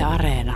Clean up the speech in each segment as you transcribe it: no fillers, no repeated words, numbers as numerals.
Areena.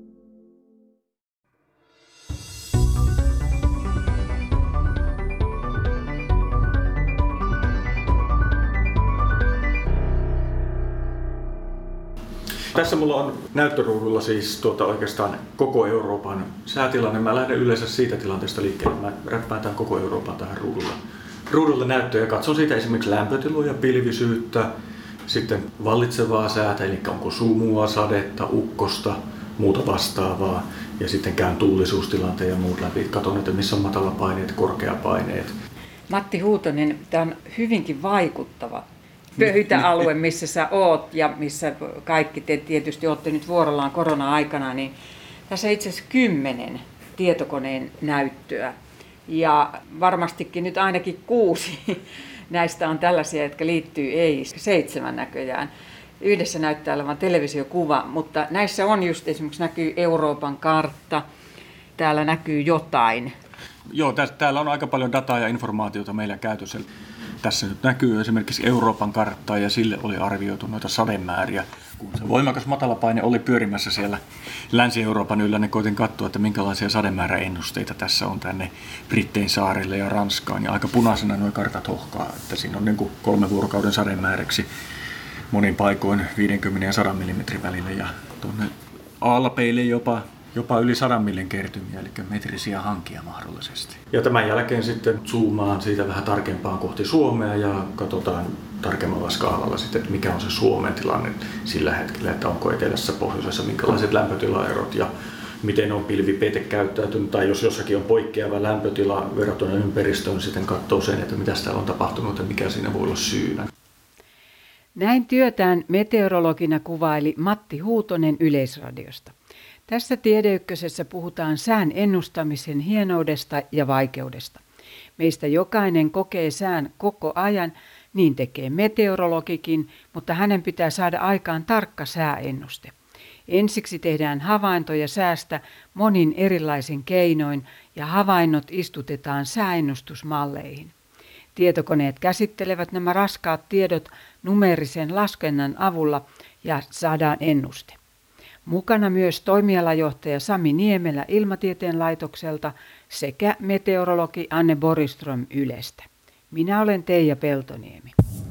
Tässä mulla on näyttöruudulla siis oikeastaan koko Euroopan säätilanne. Mä lähden yleensä siitä tilanteesta liikkeelle. Mä räppään tämän koko Euroopan tähän ruudulla näyttöön ja katson siitä esimerkiksi lämpötiloja, pilvisyyttä, sitten vallitsevaa säätä, eli onko sumua, sadetta, ukkosta, muuta vastaavaa. Ja sitten käyn tuulisuustilanteen ja muut läpi. Katson, että missä on matalapaineet, korkeapaineet. Matti Huutonen, tämä on hyvinkin vaikuttava pöytäalue, missä sä oot ja missä kaikki te tietysti olette nyt vuorollaan korona-aikana, niin tässä itse asiassa 10 tietokoneen näyttöä. Ja varmastikin nyt ainakin 6 näistä on tällaisia, jotka liittyy 7 näköjään. Yhdessä näyttää olevan televisiokuva, mutta näissä on just esimerkiksi näkyy Euroopan kartta, täällä näkyy jotain. Joo, täällä on aika paljon dataa ja informaatiota meillä käytössä. Tässä nyt näkyy esimerkiksi Euroopan karttaa ja sille oli arvioitu noita sademääriä. Kun se voimakas matalapaine oli pyörimässä siellä Länsi-Euroopan yllä, niin koitin katsoa, että minkälaisia sademääräennusteita tässä on tänne Brittein saarille ja Ranskaan. Ja aika punaisena nuo kartat hohkaa, että siinä on niin kuin 3 vuorokauden sademääräksi monin paikoin 50 ja 100 mm välillä ja tuonne Alpeille jopa yli 100 millin kertymiä, eli metrisiä hankia mahdollisesti. Ja tämän jälkeen sitten zoomaan siitä vähän tarkempaan kohti Suomea ja katsotaan tarkemmalla skaalalla sitten, että mikä on se Suomen tilanne sillä hetkellä, että onko etelässä, pohjoisessa, minkälaiset lämpötilaerot ja miten on pilvipeite käyttäytynyt, tai jos jossakin on poikkeava lämpötila verrattuna ympäristöön, niin sitten katsoo sen, että mitä täällä on tapahtunut ja mikä siinä voi olla syynä. Näin työtään meteorologina kuvaili Matti Huutonen Yleisradiosta. Tässä Tiedeykkösessä puhutaan sään ennustamisen hienoudesta ja vaikeudesta. Meistä jokainen kokee sään koko ajan, niin tekee meteorologikin, mutta hänen pitää saada aikaan tarkka sääennuste. Ensiksi tehdään havaintoja säästä monin erilaisin keinoin ja havainnot istutetaan sääennustusmalleihin. Tietokoneet käsittelevät nämä raskaat tiedot numeerisen laskennan avulla ja saadaan ennuste. Mukana myös toimialajohtaja Sami Niemelä Ilmatieteen laitokselta sekä meteorologi Anne Borgström Ylestä. Minä olen Teija Peltoniemi.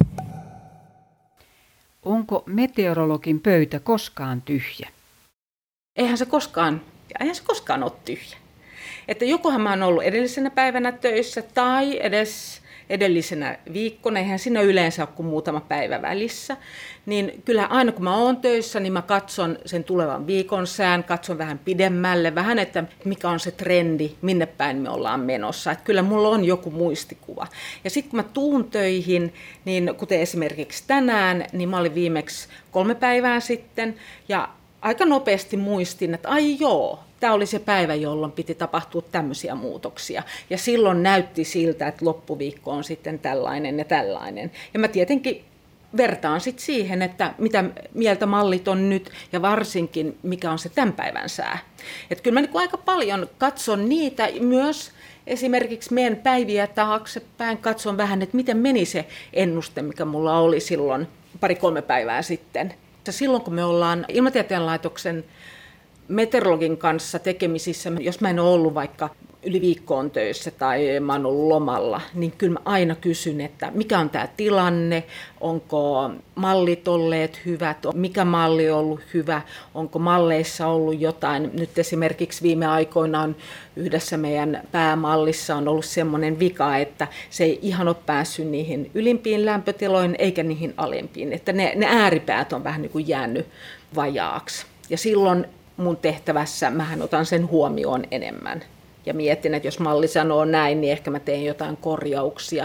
Onko meteorologin pöytä koskaan tyhjä? Eihän se koskaan ole tyhjä. Että jokohan mä oon ollut edellisenä päivänä töissä tai edes edellisenä viikkona, eihän siinä yleensä ole kuin muutama päivä välissä, niin kyllä aina kun mä oon töissä, niin mä katson sen tulevan viikon sään, katson vähän pidemmälle, vähän, että mikä on se trendi, minne päin me ollaan menossa. Että kyllä mulla on joku muistikuva. Ja sitten kun mä tuun töihin, niin kuten esimerkiksi tänään, niin mä olin viimeksi 3 päivää sitten, ja aika nopeasti muistin, että ai joo, tämä oli se päivä, jolloin piti tapahtua tämmöisiä muutoksia. Ja silloin näytti siltä, että loppuviikko on sitten tällainen ja tällainen. Ja mä tietenkin vertaan sitten siihen, että mitä mieltä mallit on nyt ja varsinkin mikä on se tämän päivän sää. Että kyllä mä niin aika paljon katson niitä myös esimerkiksi meidän päiviä taaksepäin. Katson vähän, että miten meni se ennuste, mikä mulla oli silloin 2-3 päivää sitten. Silloin kun me ollaan Ilmatieteen laitoksen meteorologin kanssa tekemisissä, jos mä en ole ollut vaikka yli viikkoon töissä tai mä oon ollut lomalla, niin kyllä mä aina kysyn, että mikä on tämä tilanne, onko mallit olleet hyvät, mikä malli on ollut hyvä, onko malleissa ollut jotain. Nyt esimerkiksi viime aikoina on yhdessä meidän päämallissa on ollut semmoinen vika, että se ei ihan ole päässyt niihin ylimpiin lämpötiloihin eikä niihin alempiin, että ne ääripäät on vähän niin kuin jäänyt vajaaksi. Ja silloin mun tehtävässä mähän otan sen huomioon enemmän. Ja mietin, että jos malli sanoo näin, niin ehkä mä teen jotain korjauksia.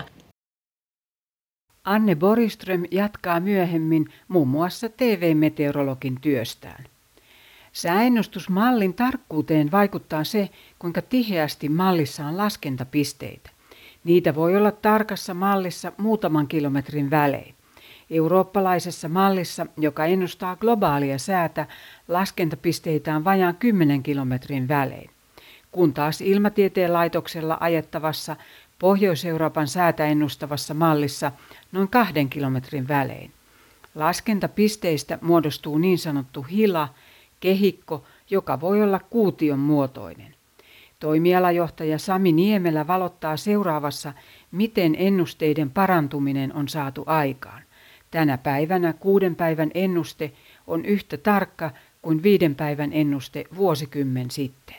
Anne Borgström jatkaa myöhemmin muun muassa TV-meteorologin työstään. Sääennustusmallin tarkkuuteen vaikuttaa se, kuinka tiheästi mallissa on laskentapisteitä. Niitä voi olla tarkassa mallissa muutaman kilometrin välein. Eurooppalaisessa mallissa, joka ennustaa globaalia säätä, laskentapisteitä on vajaan 10 kilometrin välein. Kun taas Ilmatieteen laitoksella ajettavassa Pohjois-Euroopan säätä ennustavassa mallissa noin 2 kilometrin välein. Laskentapisteistä muodostuu niin sanottu hila, kehikko, joka voi olla kuution muotoinen. Toimialajohtaja Sami Niemelä valottaa seuraavassa, miten ennusteiden parantuminen on saatu aikaan. Tänä päivänä 6 päivän ennuste on yhtä tarkka kuin 5 päivän ennuste vuosikymmen sitten.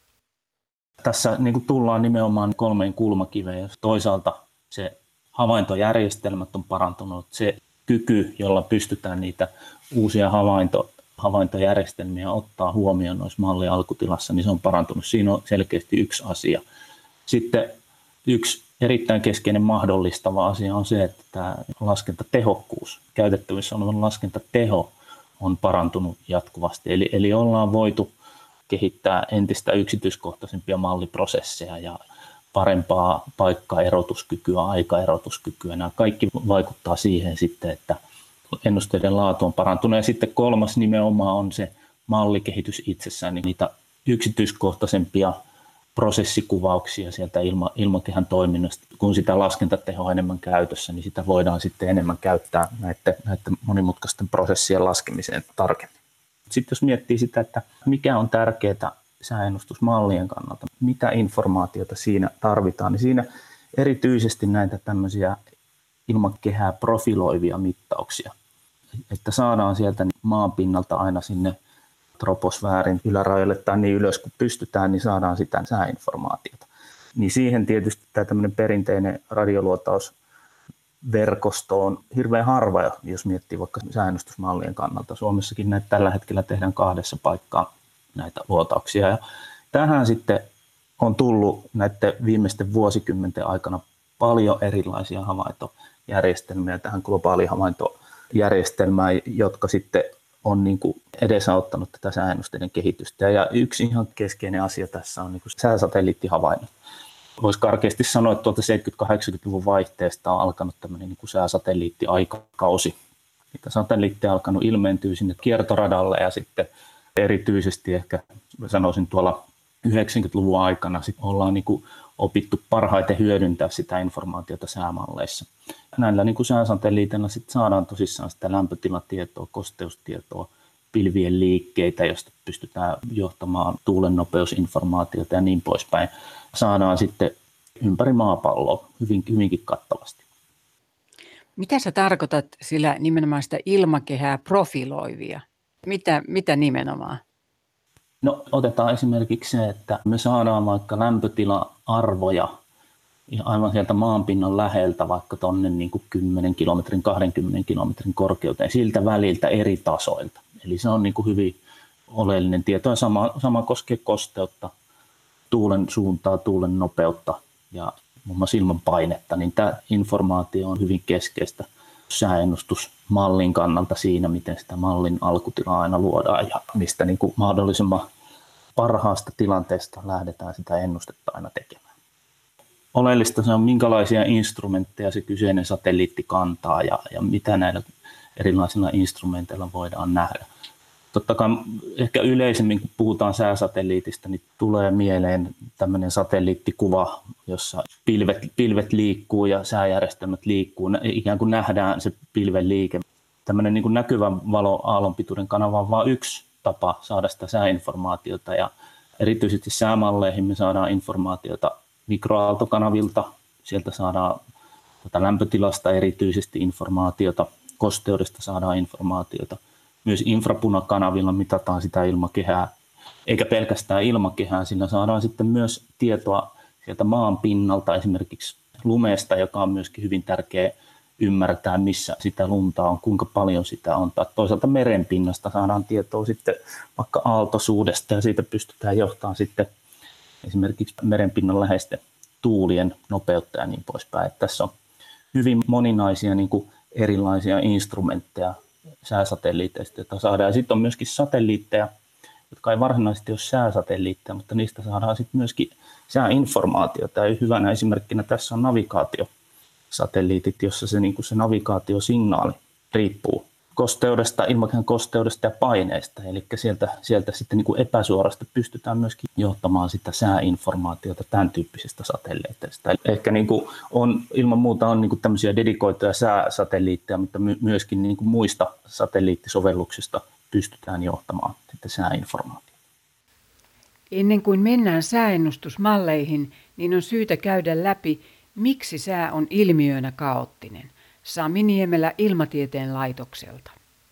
Tässä niin kuin tullaan nimenomaan 3 kulmakiveen. Toisaalta se havaintojärjestelmät on parantunut. Se kyky, jolla pystytään niitä uusia havaintojärjestelmiä ottaa huomioon noissa mallin alkutilassa, niin se on parantunut. Siinä on selkeästi yksi asia. Sitten yksi erittäin keskeinen mahdollistava asia on se, että tämä laskentatehokkuus, käytettävissä olevan laskentateho on parantunut jatkuvasti. Eli ollaan voitu kehittää entistä yksityiskohtaisempia malliprosesseja ja parempaa paikkaerotuskykyä, aikaerotuskykyä. Nämä kaikki vaikuttaa siihen sitten, että ennusteiden laatu on parantunut. Ja sitten 3. nimenomaan on se mallikehitys itsessään, niin niitä yksityiskohtaisempia prosessikuvauksia sieltä ilmakehän toiminnasta. Kun sitä laskentatehoa on enemmän käytössä, niin sitä voidaan sitten enemmän käyttää näiden monimutkaisten prosessien laskemiseen tarkemmin. Sitten jos miettii sitä, että mikä on tärkeää sääennustusmallien kannalta, mitä informaatiota siinä tarvitaan, niin siinä erityisesti näitä tämmöisiä ilmakehää profiloivia mittauksia, että saadaan sieltä maanpinnalta aina sinne troposfäärin ylärajoille tai niin ylös kun pystytään, niin saadaan sitä sääinformaatiota. Niin siihen tietysti tämä tämmöinen perinteinen radioluotausverkosto on hirveän harva, jos miettii vaikka sääennustusmallien kannalta. Suomessakin näitä tällä hetkellä tehdään 2 paikkaa näitä luotauksia. Ja tähän sitten on tullut näiden viimeisten vuosikymmenten aikana paljon erilaisia havaintojärjestelmiä tähän globaaliin havaintojärjestelmään, jotka sitten on niin kuin edesauttanut tätä sääennusteiden kehitystä. Ja yksi ihan keskeinen asia tässä on niin kuin sääsatelliittihavainnot. Voisi karkeasti sanoa, että tuolta 70-80-luvun vaihteesta on alkanut tämmöinen niin kuin sääsatelliittiaikakausi. Niitä satelliitteja on alkanut ilmeentyä sinne kiertoradalle ja sitten erityisesti ehkä sanoisin tuolla 90-luvun aikana sit ollaan niin kuin opittu parhaiten hyödyntää sitä informaatiota säämalleissa. Näillä niin kuin sääsatelliiteilla sit saadaan tosissaan sitä lämpötilatietoa, kosteustietoa, pilvien liikkeitä, josta pystytään johtamaan tuulen nopeusinformaatiota ja niin poispäin. Saadaan sitten ympäri maapalloa hyvinkin kattavasti. Mitä sä tarkoitat sillä nimenomaan sitä ilmakehää profiloivia? Mitä nimenomaan? No otetaan esimerkiksi se, että me saadaan vaikka lämpötila-arvoja aivan sieltä maanpinnan läheltä vaikka tuonne niin kuin 10 kilometrin, 20 kilometrin korkeuteen, siltä väliltä eri tasoilta. Eli se on niin kuin hyvin oleellinen tieto ja sama koskee kosteutta, tuulen suuntaa, tuulen nopeutta ja muun muassa ilman painetta, niin tämä informaatio on hyvin keskeistä sääennustusmallin kannalta siinä, miten sitä mallin alkutilaa aina luodaan ja mistä niin kuin mahdollisimman parhaasta tilanteesta lähdetään sitä ennustetta aina tekemään. Oleellista se on, minkälaisia instrumentteja se kyseinen satelliitti kantaa ja mitä näillä erilaisilla instrumenteilla voidaan nähdä. Totta kai ehkä yleisemmin, kun puhutaan sääsatelliitista, niin tulee mieleen tämmöinen satelliittikuva, jossa pilvet liikkuu ja sääjärjestelmät liikkuu. Ikään kuin nähdään se pilven liike. Tämmöinen niin kuin näkyvän valoaallonpituuden kanava on vain yksi tapa saada sitä sääinformaatiota. Ja erityisesti säämalleihin me saadaan informaatiota mikroaaltokanavilta. Sieltä saadaan lämpötilasta erityisesti informaatiota, kosteudesta saadaan informaatiota. Myös infrapunakanavilla mitataan sitä ilmakehää, eikä pelkästään ilmakehää, sillä saadaan sitten myös tietoa sieltä maan pinnalta, esimerkiksi lumesta, joka on myöskin hyvin tärkeä ymmärtää, missä sitä lunta on, kuinka paljon sitä on. Tai toisaalta merenpinnasta saadaan tietoa sitten vaikka aaltoisuudesta ja siitä pystytään johtamaan sitten esimerkiksi merenpinnan läheisten tuulien nopeutta ja niin poispäin. Että tässä on hyvin moninaisia niin kuin erilaisia instrumentteja sääsatelliiteista, joita saadaan. Ja sitten on myöskin satelliitteja, jotka ei varsinaisesti ole sääsatelliitteja, mutta niistä saadaan sitten myöskin sääinformaatiota. Ja hyvänä esimerkkinä tässä on navigaatiosatelliitit, jossa se, niin kuin se navigaatiosignaali riippuu kosteudesta, ilmakehän kosteudesta ja paineesta. Eli sieltä sitten niin kuin epäsuorasti pystytään myöskin johtamaan sitä sääinformaatiota tämän tyyppisistä satelliiteista. Ehkä niin kuin ilman muuta on niin kuin tämmöisiä dedikoituja sääsatelliitteja, mutta myöskin niin kuin muista satelliittisovelluksista pystytään johtamaan sitten sääinformaatiota. Ennen kuin mennään sääennustusmalleihin, niin on syytä käydä läpi, miksi sää on ilmiönä kaoottinen. Sami Niemelä Ilmatieteen laitokselta.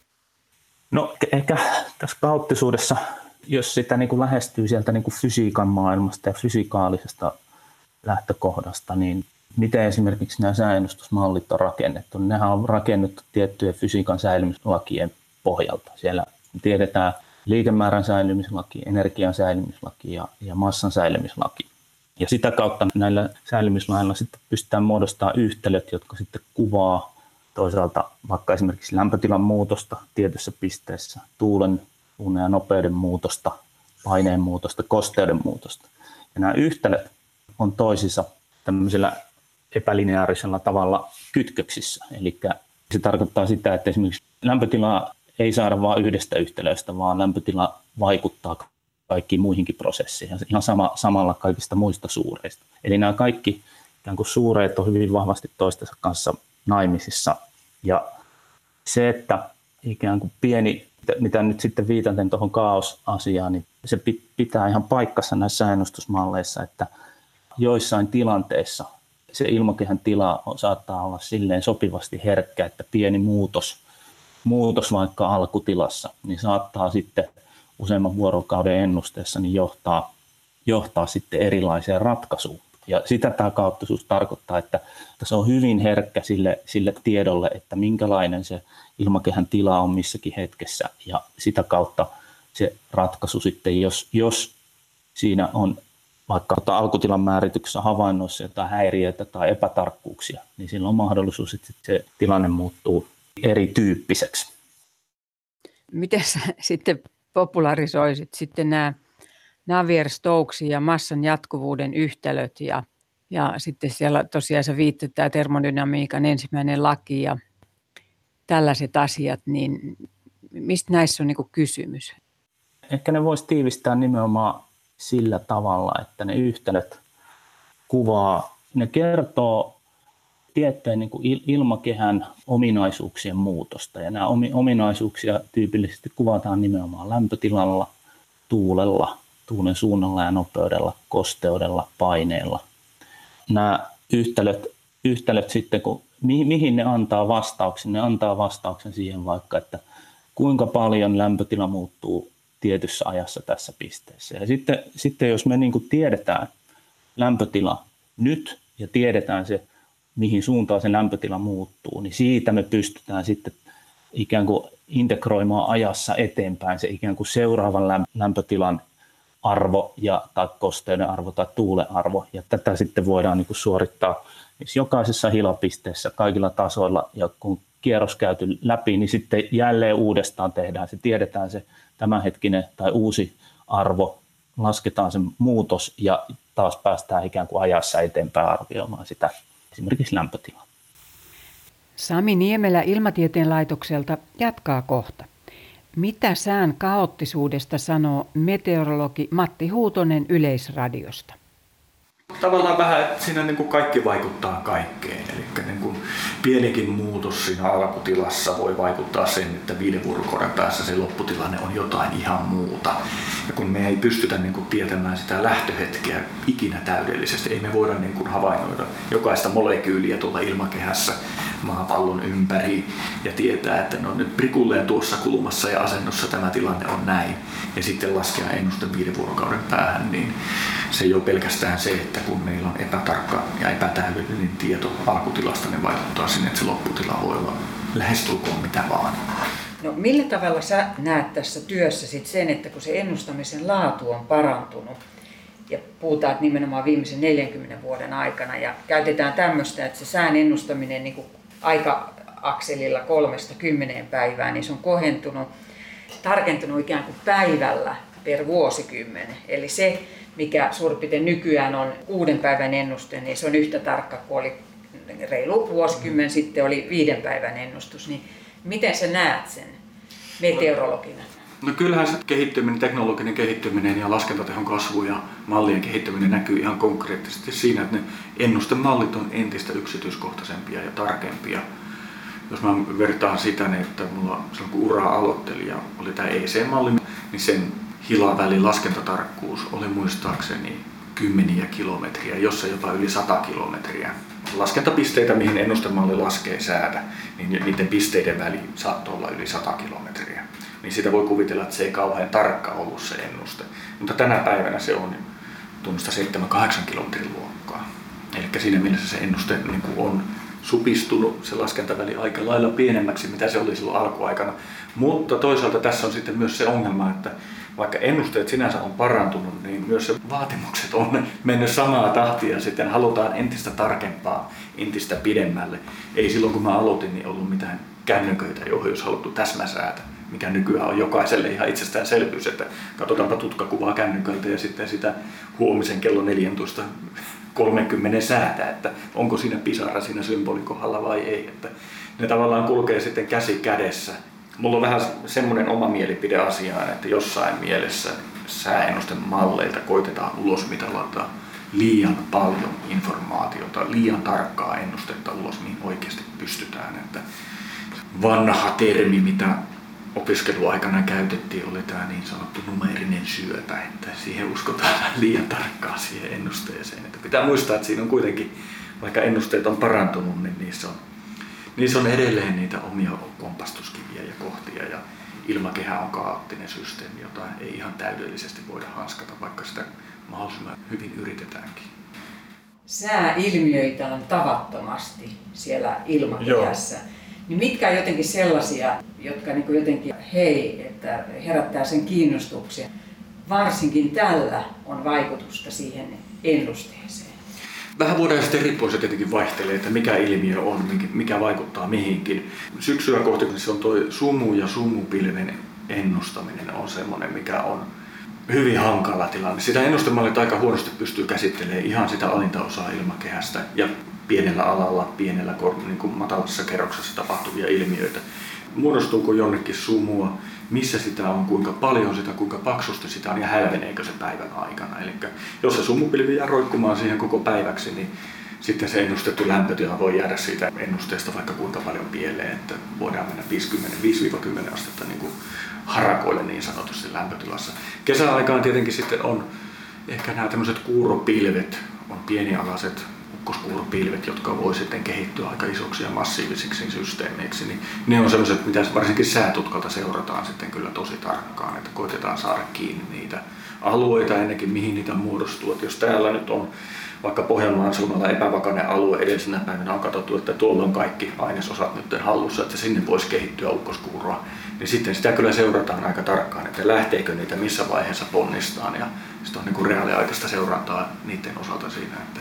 No ehkä tässä kaoottisuudessa, jos sitä niin kuin lähestyy sieltä niin kuin fysiikan maailmasta ja fysikaalisesta lähtökohdasta, niin miten esimerkiksi nämä sääennustusmallit on rakennettu? Nehän on rakennettu tiettyjen fysiikan säilymislakien pohjalta. Siellä tiedetään liikemäärän säilymislaki, energian säilymislaki ja massan säilymislaki. Ja sitä kautta näillä säilymislailla sitten pystytään muodostamaan yhtälöt, jotka sitten kuvaa toisaalta vaikka esimerkiksi lämpötilan muutosta tietyssä pisteessä, tuulen ja nopeuden muutosta, paineen muutosta, kosteuden muutosta. Ja nämä yhtälöt on toisissa tämmöisellä epälineaarisella tavalla kytköksissä. Eli se tarkoittaa sitä, että esimerkiksi lämpötilaa ei saada vain yhdestä yhtälöstä, vaan lämpötila vaikuttaa kaikkiin muihinkin prosesseihin, ihan samalla kaikista muista suureista. Eli nämä kaikki ikään kuin suureet on hyvin vahvasti toistensa kanssa naimisissa. Ja se, että ikään kuin pieni, mitä nyt sitten viitaten tuohon kaosasiaan, niin se pitää ihan paikkansa näissä sääennustusmalleissa, että joissain tilanteissa se ilmakehän tila saattaa olla silleen sopivasti herkkä, että pieni muutos vaikka alkutilassa, niin saattaa sitten useamman vuorokauden ennusteessa niin johtaa sitten erilaiseen ratkaisuun. Ja sitä tämä kaoottisuus tarkoittaa, että se on hyvin herkkä sille tiedolle, että minkälainen se ilmakehän tila on missäkin hetkessä. Ja sitä kautta se ratkaisu sitten, jos siinä on vaikka alkutilan määrityksessä havainnoissa jotain häiriöitä tai epätarkkuuksia, niin silloin on mahdollisuus, että se tilanne muuttuu erityyppiseksi. Miten sä sitten popularisoisit sitten nämä Navier-Stokesin ja massan jatkuvuuden yhtälöt ja sitten siellä tosiaan sä viittaat tämä termodynamiikan ensimmäinen laki ja tällaiset asiat, niin mistä näissä on niin kuin kysymys? Ehkä ne voisi tiivistää nimenomaan sillä tavalla, että ne yhtälöt ne kertoo tiettyjen niin kuin ilmakehän ominaisuuksien muutosta. Ja nämä ominaisuuksia tyypillisesti kuvataan nimenomaan lämpötilalla, tuulella, tuulen suunnalla ja nopeudella, kosteudella, paineella. Nämä yhtälöt sitten, mihin ne antaa vastauksen? Ne antaa vastauksen siihen vaikka, että kuinka paljon lämpötila muuttuu tietyssä ajassa tässä pisteessä. Ja sitten jos me niin kuin tiedetään lämpötila nyt ja tiedetään se, mihin suuntaan se lämpötila muuttuu, niin siitä me pystytään sitten ikään kuin integroimaan ajassa eteenpäin se ikään kuin seuraavan lämpötilan arvo tai kosteuden arvo tai tuulen arvo. Ja tätä sitten voidaan niin kuin suorittaa jokaisessa hilapisteessä kaikilla tasoilla. Ja kun kierros käyty läpi, niin sitten jälleen uudestaan tehdään se, tiedetään se tämänhetkinen tai uusi arvo, lasketaan se muutos ja taas päästään ikään kuin ajassa eteenpäin arvioimaan sitä esimerkiksi lämpötilaa. Sami Niemelä Ilmatieteen laitokselta jatkaa kohta. Mitä sään kaoottisuudesta sanoo meteorologi Matti Huutonen Yleisradiosta? Tavallaan vähän, että siinä niin kuin kaikki vaikuttaa kaikkeen. Eli niin kuin pienikin muutos siinä alkutilassa voi vaikuttaa sen, että 5 vuorokauden päässä se lopputilanne on jotain ihan muuta. Ja kun me ei pystytä niin kuin tietämään sitä lähtöhetkeä ikinä täydellisesti, ei me voida niin kuin havainnoida jokaista molekyyliä tuolla ilmakehässä maapallon ympäri ja tietää, että no nyt prikulleen tuossa kulmassa ja asennossa tämä tilanne on näin. Ja sitten laskea ennuste 5 vuorokauden päähän, niin se ei ole pelkästään se, että kun meillä on epätarkka ja epätäydellinen tieto alkutilasta, niin vaikuttaa sinne, että se lopputila voi olla lähestulkoon mitä vaan. No millä tavalla sä näet tässä työssä sit sen, että kun se ennustamisen laatu on parantunut ja puhutaan nimenomaan viimeisen 40 vuoden aikana ja käytetään tämmöistä, että se sään ennustaminen niin kuin aika-akselilla 3-10 päivää, niin se on kohentunut, tarkentunut ikään kuin päivällä per vuosikymmen. Eli se, mikä suurin piirtein nykyään on 6 päivän ennuste, niin se on yhtä tarkka kuin oli reilu vuosikymmen sitten oli 5 päivän ennustus. Niin miten sä näet sen meteorologina? No kyllähän se teknologinen kehittyminen ja laskentatehon kasvu ja mallien kehittyminen näkyy ihan konkreettisesti siinä, että ne ennustemallit on entistä yksityiskohtaisempia ja tarkempia. Jos mä vertaan sitä, niin että mulla silloin kun uraa aloittelin ja oli tämä EC-malli, niin sen hilavälin laskentatarkkuus oli muistaakseni kymmeniä kilometriä, jossa jopa yli 100 kilometriä. Laskentapisteitä, mihin ennustemalli laskee säätä, niin niiden pisteiden väli saattoi olla yli 100 kilometriä. Niin sitä voi kuvitella, että se ei kauhean tarkka ollut se ennuste. Mutta tänä päivänä se on tunnista 7-8 kilometrin luokkaa. Eli siinä mielessä se ennuste niin kuin on supistunut, se laskentaväli aika lailla pienemmäksi, mitä se oli silloin alkuaikana. Mutta toisaalta tässä on sitten myös se ongelma, että vaikka ennusteet sinänsä on parantunut, niin myös se vaatimukset on mennyt samaa tahtia ja sitten halutaan entistä tarkempaa, entistä pidemmälle. Ei silloin kun mä aloitin, niin ollut mitään kännyköitä, joihin olisi haluttu täsmäsäätä, mikä nykyään on jokaiselle ihan itsestäänselvyys, että katsotaanpa tutkakuvaa kännyköltä ja sitten sitä huomisen kello 14:30 säätä, että onko siinä pisara siinä symbolin kohdalla vai ei. Että ne tavallaan kulkee sitten käsi kädessä. Mulla on vähän semmoinen oma mielipide asiaan, että jossain mielessä sääennustemalleilta koitetaan ulosmitata liian paljon informaatiota, liian tarkkaa ennustetta ulos, mihin oikeasti pystytään. Että vanha termi, mitä opiskeluaikana käytettiin, oli tämä niin sanottu numeerinen syöpä, että siihen uskotaan liian tarkkaan siihen ennusteeseen. Että pitää muistaa, että siinä on kuitenkin, vaikka ennusteet on parantunut, niin niissä on edelleen niitä omia kompastuskiviä ja kohtia ja ilmakehä on kaoottinen systeemi, jota ei ihan täydellisesti voida hanskata, vaikka sitä mahdollisimman hyvin yritetäänkin. Sääilmiöitä on tavattomasti siellä ilmakehässä. Niin mitkä on jotenkin sellaisia, jotka niin kuin jotenkin että herättää sen kiinnostuksen? Varsinkin tällä on vaikutusta siihen ennusteeseen. Vähän vuoden sitten riippuen se tietenkin vaihtelee, että mikä ilmiö on, mikä vaikuttaa mihinkin. Syksyä kohti se on tuo sumu ja sumupilven ennustaminen on semmoinen, mikä on hyvin hankala tilanne. Sitä ennustemallit aika huonosti pystyy käsittelemään ihan sitä alinta osaa ilmakehästä ja pienellä alalla, pienellä niin kuin matalassa kerroksessa tapahtuvia ilmiöitä. Muodostuuko jonnekin sumua, missä sitä on, kuinka paljon sitä, kuinka paksusti sitä on ja hälveneekö se päivän aikana. Eli jos se sumupilvi jää roikkumaan siihen koko päiväksi, niin sitten se ennustettu lämpötila voi jäädä siitä ennusteesta vaikka kuinka paljon pieleen, että voidaan mennä 5-10 astetta niin kuin harakoille niin sanotusti lämpötilassa. Kesäaikaan tietenkin sitten on ehkä nämä tämmöiset kuuropilvet, on pienialaiset ukkoskuuropilvet, jotka voi sitten kehittyä aika isoksi ja massiivisiksi systeemeiksi, niin ne on sellaiset, mitä varsinkin säätutkalta seurataan sitten kyllä tosi tarkkaan, että koitetaan saada kiinni niitä alueita ennenkin, mihin niitä muodostuu. Että jos täällä nyt on vaikka Pohjanmaan suunnalla epävakainen alue, edellisenä päivänä on katsottu, että tuolla on kaikki ainesosat nyt hallussa, että sinne voisi kehittyä ukkoskuuroa, niin sitten sitä kyllä seurataan aika tarkkaan, että lähteekö niitä missä vaiheessa ponnistaan, ja sitten on niin kuin reaaliaikaista seurantaa niiden osalta siinä, että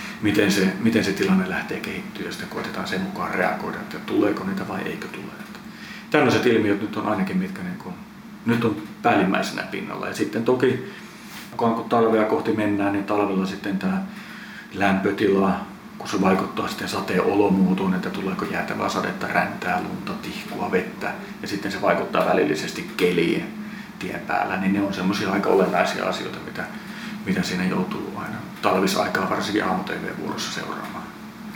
miten se tilanne lähtee kehittyä ja sitten koetetaan sen mukaan reagoida, että tuleeko niitä vai eikö tule. Tällaiset ilmiöt nyt on ainakin, mitkä niin kuin, nyt on päällimmäisenä pinnalla. Ja sitten toki, kun talvea kohti mennään, niin talvella sitten tämä lämpötila, kun se vaikuttaa sitten sateen olomuutoon, että tuleeko jäätävää sadetta, räntää, lunta, tihkua, vettä, ja sitten se vaikuttaa välillisesti keliin tien päällä, niin ne on semmoisia aika olennaisia asioita, mitä siinä joutuu aina talvisaikaa varsinkin aamu-tv-vuorossa seuraamaan.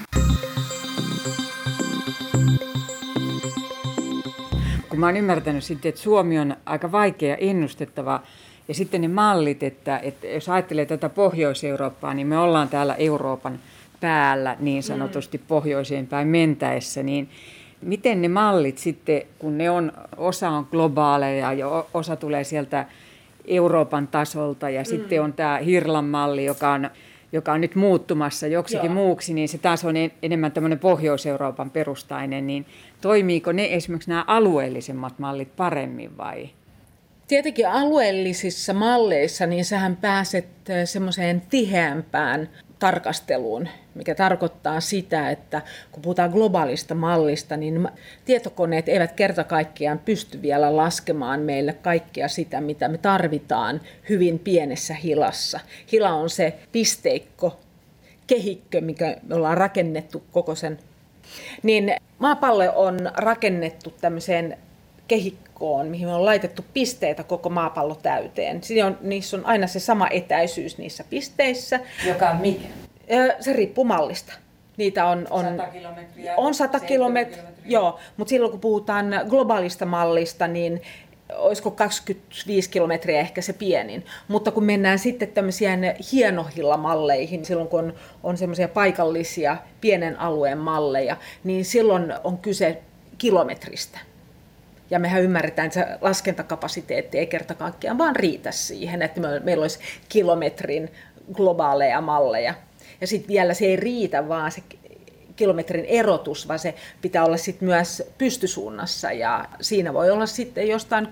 Kun mä oon ymmärtänyt sitten, että Suomi on aika vaikea ennustettava ja sitten ne mallit, että jos ajattelee tätä Pohjois-Eurooppaa, niin me ollaan täällä Euroopan päällä niin sanotusti pohjoiseen päin mentäessä, niin miten ne mallit sitten, kun ne on, osa on globaaleja ja osa tulee sieltä Euroopan tasolta ja sitten on tämä Hirlan malli, joka on nyt muuttumassa joksikin muuksi, niin se taas on enemmän tämmöinen Pohjois-Euroopan perustainen, niin toimiiko ne esimerkiksi nämä alueellisemmat mallit paremmin vai? Tietenkin alueellisissa malleissa niin sähän pääset semmoiseen tiheämpään tarkasteluun, mikä tarkoittaa sitä, että kun puhutaan globaalista mallista, niin tietokoneet eivät kerta kaikkiaan pysty vielä laskemaan meille kaikkea sitä, mitä me tarvitaan hyvin pienessä hilassa. Hila on se pisteikko, kehikkö, mikä me ollaan rakennettu koko sen. Niin maapallo on rakennettu tämmöiseen kehikkoon, mihin me on laitettu pisteitä koko maapallo täyteen. Niissä on aina se sama etäisyys niissä pisteissä. Joka on mikä? Se riippuu mallista. Niitä on 100 kilometriä. On 100 kilometriä. Joo, mutta silloin kun puhutaan globaalista mallista, niin olisiko 25 kilometriä ehkä se pienin. Mutta kun mennään sitten tämmöisiin hienohillamalleihin, silloin kun on semmoisia paikallisia pienen alueen malleja, niin silloin on kyse kilometristä. Ja mehän ymmärretään, että se laskentakapasiteetti ei kerta kaikkiaan vaan riitä siihen, että meillä olisi kilometrin globaaleja malleja. Ja sitten vielä se ei riitä, vaan se kilometrin erotus, vaan se pitää olla sitten myös pystysuunnassa. Ja siinä voi olla sitten jostain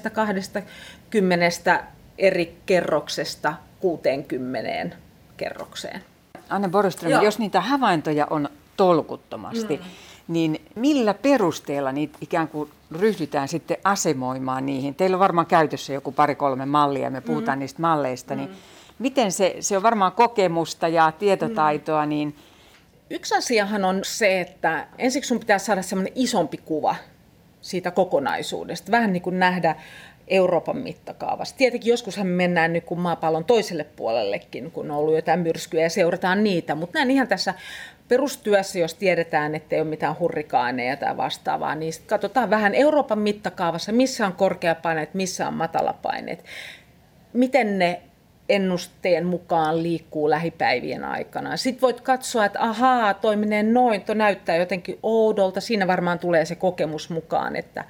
10-20 eri kerroksesta 60 kerrokseen. Anne Borgström, jos niitä havaintoja on tolkuttomasti, niin millä perusteella niitä ikään kuin ryhdytään sitten asemoimaan niihin? Teillä on varmaan käytössä joku 2-3 mallia, ja me puhutaan niistä malleista, niin miten se on varmaan kokemusta ja tietotaitoa, niin yksi asiahan on se, että ensiksi sun pitää saada semmoinen isompi kuva siitä kokonaisuudesta, vähän niin kuin nähdä Euroopan mittakaavassa. Tietenkin joskushan me mennään nyt kun maapallon toiselle puolellekin, kun on ollut jotain myrskyjä ja seurataan niitä, mutta näin ihan tässä perustyössä, jos tiedetään, että ei ole mitään hurrikaaneja tai vastaavaa, niin katsotaan vähän Euroopan mittakaavassa, missä on korkeapaineet, missä on matalapaineet, miten ne ennusteen mukaan liikkuu lähipäivien aikana. Sitten voit katsoa, että ahaa, toi menee noin, toi näyttää jotenkin oudolta. Siinä varmaan tulee se kokemus mukaan, että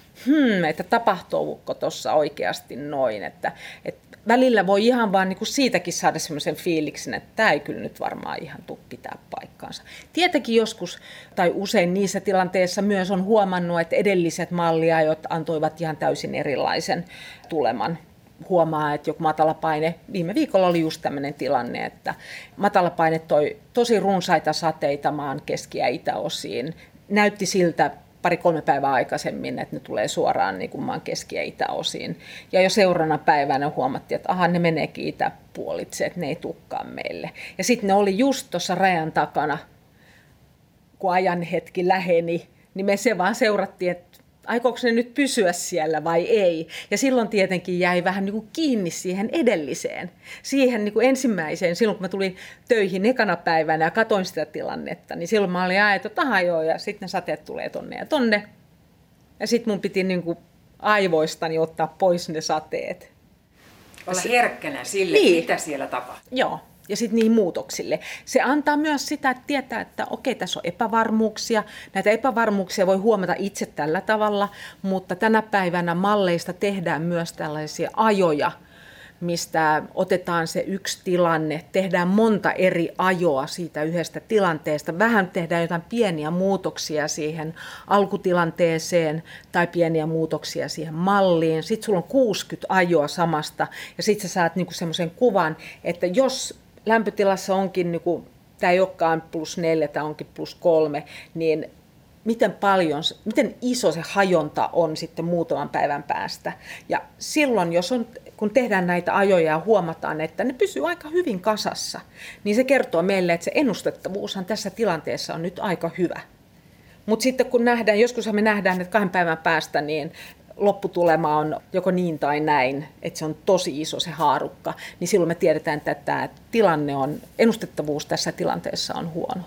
tapahtuuko tuossa oikeasti noin. Että välillä voi ihan vaan niin kuin siitäkin saada semmoisen fiiliksen, että tämä ei kyllä nyt varmaan ihan tule pitää paikkaansa. Tietenkin joskus tai usein niissä tilanteissa myös on huomannut, että edelliset malliajot antoivat ihan täysin erilaisen tuleman. Huomaa, että joku matalapaine, viime viikolla oli just tämmöinen tilanne, että matalapaine toi tosi runsaita sateita maan keski- ja itäosiin. Näytti siltä 2-3 päivää aikaisemmin, että ne tulee suoraan niin kuin maan keski- ja itäosiin. Ja jo seuraavana päivänä huomattiin, että aha, ne meneekin itäpuolitse, että ne ei tulekaan meille. Ja sitten ne oli just tuossa rajan takana, kun ajanhetki läheni, niin me se vaan seurattiin, että aikooko ne nyt pysyä siellä vai ei. Ja silloin tietenkin jäi vähän niin kuin kiinni siihen edelliseen, siihen niin kuin ensimmäiseen. Silloin kun mä tulin töihin ekana päivänä ja katsoin sitä tilannetta, niin silloin mä olin että aha joo, ja sitten ne sateet tulee tonne ja tonne. Ja sitten mun piti niin kuin aivoistani ottaa pois ne sateet. olla herkkänä sille, mitä siellä tapahtuu. Joo. Ja sitten niihin muutoksille. Se antaa myös sitä, että tietää, että okei, tässä on epävarmuuksia. Näitä epävarmuuksia voi huomata itse tällä tavalla, mutta tänä päivänä malleista tehdään myös tällaisia ajoja, mistä otetaan se yksi tilanne, tehdään monta eri ajoa siitä yhdestä tilanteesta. Vähän tehdään jotain pieniä muutoksia siihen alkutilanteeseen tai pieniä muutoksia siihen malliin. Sitten sulla on 60 ajoa samasta ja sitten sä saat niinku semmoisen kuvan, että jos lämpötilassa onkin, niinku, tämä ei olekaan +4, tämä onkin +3, niin miten iso se hajonta on sitten muutaman päivän päästä. Ja silloin, kun tehdään näitä ajoja ja huomataan, että ne pysyy aika hyvin kasassa, niin se kertoo meille, että se ennustettavuushan tässä tilanteessa on nyt aika hyvä. Mutta sitten kun joskushan me nähdään, että 2 päivän päästä, niin lopputulema on joko niin tai näin, että se on tosi iso se haarukka, niin silloin me tiedetään, että tämä ennustettavuus tässä tilanteessa on huono.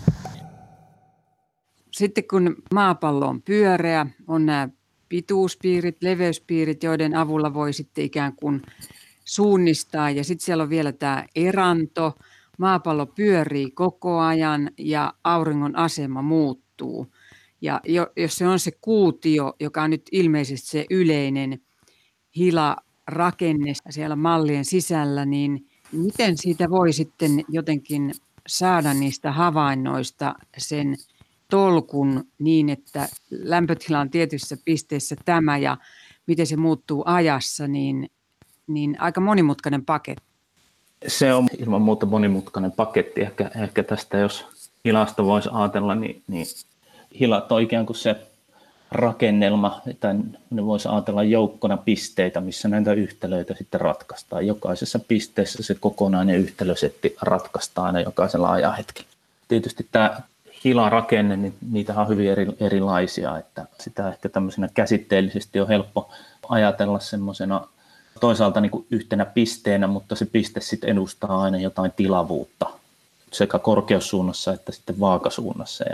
Sitten kun maapallo on pyöreä, on nämä pituuspiirit, leveyspiirit, joiden avulla voi sitten ikään kuin suunnistaa. Ja sitten siellä on vielä tämä eranto. Maapallo pyörii koko ajan ja auringon asema muuttuu. Ja jos se on se kuutio, joka on nyt ilmeisesti se yleinen hilarakenne siellä mallien sisällä, niin miten siitä voi sitten jotenkin saada niistä havainnoista sen tolkun niin, että lämpötila on tietyissä pisteissä tämä ja miten se muuttuu ajassa, niin aika monimutkainen paketti. Se on ilman muuta monimutkainen paketti. Ehkä tästä, jos hilasta voisi ajatella, niin hilat on ikään kuin se rakennelma, tai ne voisi ajatella joukkona pisteitä, missä näitä yhtälöitä sitten ratkaistaan. Jokaisessa pisteessä se kokonainen yhtälösetti ratkaistaan aina jokaisella ajanhetkellä. Tietysti tämä hilarakenne, niin niitä on hyvin erilaisia, että sitä ehkä tämmöisenä käsitteellisesti on helppo ajatella semmoisena toisaalta niin kuin yhtenä pisteenä, mutta se piste sitten edustaa aina jotain tilavuutta sekä korkeussuunnassa että sitten vaakasuunnassa.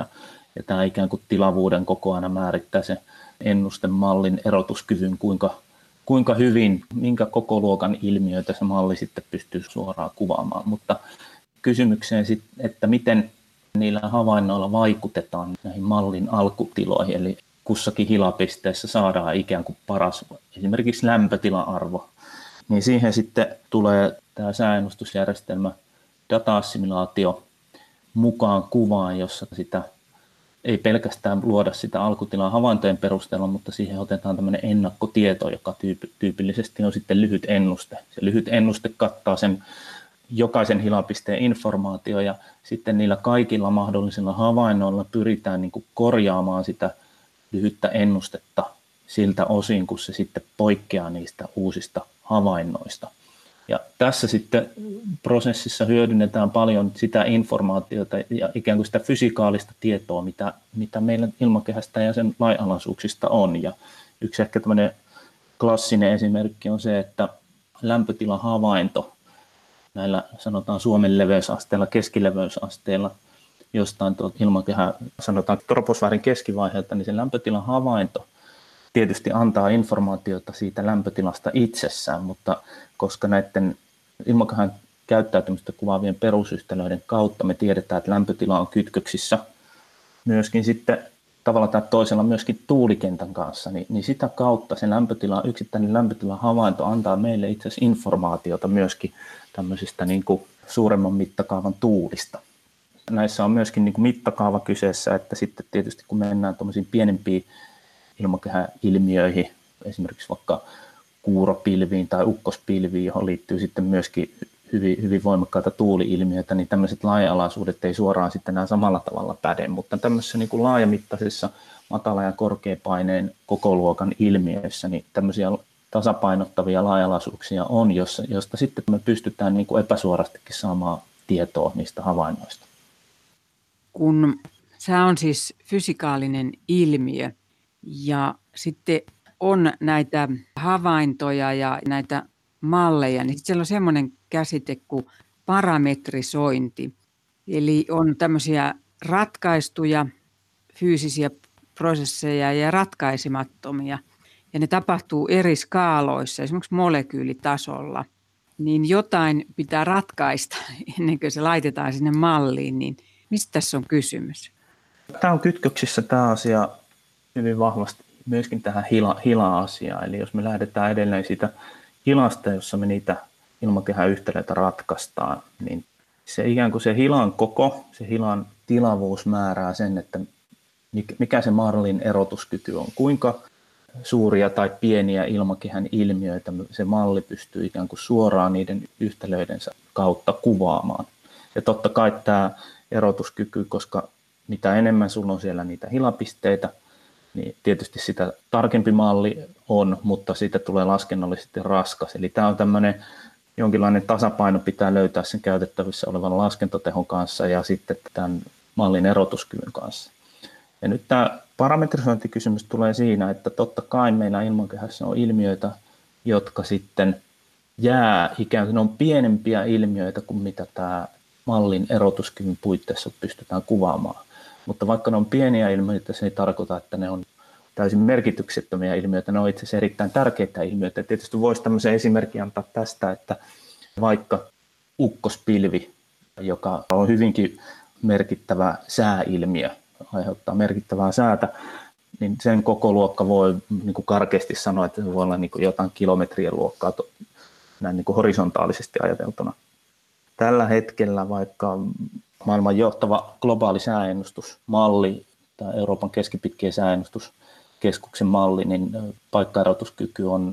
Ja tämä ikään kuin tilavuuden koko ajan määrittää se ennustemallin erotuskyvyn, kuinka hyvin, minkä kokoluokan ilmiöitä se malli sitten pystyy suoraan kuvaamaan. Mutta kysymykseen sitten, että miten niillä havainnoilla vaikutetaan näihin mallin alkutiloihin, eli kussakin hilapisteessä saadaan ikään kuin paras esimerkiksi lämpötila-arvo, niin siihen sitten tulee tämä sääennustusjärjestelmä data-assimilaatio mukaan kuvaan, jossa sitä ei pelkästään luoda sitä alkutilan havaintojen perusteella, mutta siihen otetaan tämmöinen ennakkotieto, joka tyypillisesti on sitten lyhyt ennuste. Se lyhyt ennuste kattaa sen jokaisen hilapisteen informaatio ja sitten niillä kaikilla mahdollisilla havainnoilla pyritään niin kuin korjaamaan sitä lyhyttä ennustetta siltä osin, kun se sitten poikkeaa niistä uusista havainnoista. Ja tässä sitten prosessissa hyödynnetään paljon sitä informaatiota ja ikään kuin sitä fysikaalista tietoa, mitä meillä ilmakehästä ja sen lainalaisuuksista on. Ja yksi ehkä tämmöinen klassinen esimerkki on se, että lämpötilahavainto näillä sanotaan Suomen leveysasteella, keskileveysasteella, jostain ilmakehä, sanotaan troposfäärin keskivaiheelta, niin se lämpötilan havainto tietysti antaa informaatiota siitä lämpötilasta itsessään, mutta koska näiden ilmakehän käyttäytymistä kuvaavien perusyhtälöiden kautta me tiedetään, että lämpötila on kytköksissä myöskin sitten tavalla tai toisella myöskin tuulikentän kanssa, niin sitä kautta se yksittäinen lämpötilan havainto antaa meille itse asiassa informaatiota myöskin tämmöisistä niin kuin suuremman mittakaavan tuulista. Näissä on myöskin niin kuin mittakaava kyseessä, että sitten tietysti kun mennään tuommoisiin pienempiin ilmakehäilmiöihin, esimerkiksi vaikka kuuropilviin tai ukkospilviin, johon liittyy sitten myöskin hyvin voimakkaita tuuli-ilmiöitä, niin tämmöiset laaja-alaisuudet ei suoraan sitten enää samalla tavalla päde, mutta tämmöisessä niin kuin laajamittaisessa matala- ja korkeapaineen kokoluokan ilmiöissä, niin tämmöisiä tasapainottavia laaja-alaisuuksia on, josta sitten me pystytään niin kuin epäsuorastikin saamaan tietoa niistä havainnoista. Kun sää on siis fysikaalinen ilmiö ja sitten on näitä havaintoja ja näitä malleja, niin siellä on semmoinen käsite kuin parametrisointi. Eli on tämmöisiä ratkaistuja fyysisiä prosesseja ja ratkaisemattomia. Ja ne tapahtuu eri skaaloissa, esimerkiksi molekyylitasolla. Niin jotain pitää ratkaista ennen kuin se laitetaan sinne malliin. Niin mistä tässä on kysymys? Tämä on kytköksissä tämä asia hyvin vahvasti myöskin tähän hila-asiaan. Eli jos me lähdetään edelleen siitä hilasta, jossa me niitä ilmakehän yhtälöitä ratkaistaan, niin se ikään kuin se hilan koko, se hilan tilavuus määrää sen, että mikä se mallin erotuskyky on, kuinka suuria tai pieniä ilmakehän ilmiöitä se malli pystyy ikään kuin suoraan niiden yhtälöidensä kautta kuvaamaan. Ja totta kai tämä erotuskyky, koska mitä enemmän sulla on siellä niitä hilapisteitä, niin tietysti sitä tarkempi malli on, mutta siitä tulee laskennallisesti raskas. Eli tämä on tämmöinen jonkinlainen tasapaino pitää löytää sen käytettävissä olevan laskentatehon kanssa ja sitten tämän mallin erotuskyvyn kanssa. Ja nyt tämä parametrisointikysymys tulee siinä, että totta kai meillä ilmakehässä on ilmiöitä, jotka sitten jää ikään kuin, ne on pienempiä ilmiöitä kuin mitä tämä mallin erotuskyvyn puitteissa pystytään kuvaamaan. Mutta vaikka ne on pieniä ilmiöitä, se ei tarkoita, että ne on täysin merkityksettömiä ilmiöitä. Ne on itse asiassa erittäin tärkeitä ilmiöitä. Tietysti voisi tämmöisen esimerkin antaa tästä, että vaikka ukkospilvi, joka on hyvinkin merkittävä sääilmiö, aiheuttaa merkittävää säätä, niin sen koko luokka voi niin kuin karkeasti sanoa, että se voi olla niin kuin jotain kilometrien luokkaa näin niin kuin horisontaalisesti ajateltuna. Tällä hetkellä vaikka maailman johtava globaali sääennustusmalli, tämä Euroopan keskipitkien sääennustuskeskuksen malli, niin paikkaerotuskyky on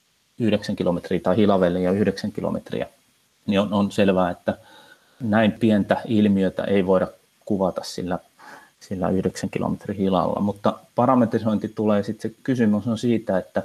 9 kilometriä tai hilaväliä 9 kilometriä. Niin on selvää, että näin pientä ilmiötä ei voida kuvata sillä 9 kilometrin hilalla. Mutta parametrisointi tulee sitten, se kysymys on siitä, että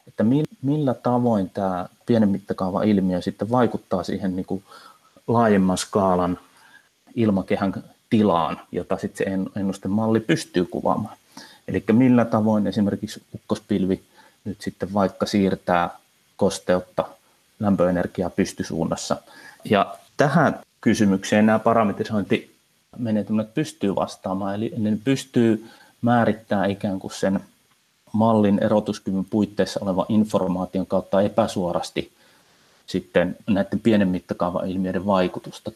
millä tavoin tämä pienen mittakaavan ilmiö sitten vaikuttaa siihen niin kuin laajemman skaalan ilmakehän tilaan, jota sitten se ennustemalli pystyy kuvaamaan. Eli millä tavoin esimerkiksi ukkospilvi nyt sitten vaikka siirtää kosteutta, lämpöenergiaa pystysuunnassa. Ja tähän kysymykseen nämä parametrisointi menetelmät pystyy vastaamaan, eli ne pystyy määrittämään ikään kuin sen mallin erotuskyvyn puitteissa olevan informaation kautta epäsuorasti sitten näiden pienen mittakaavan ilmiöiden vaikutusta.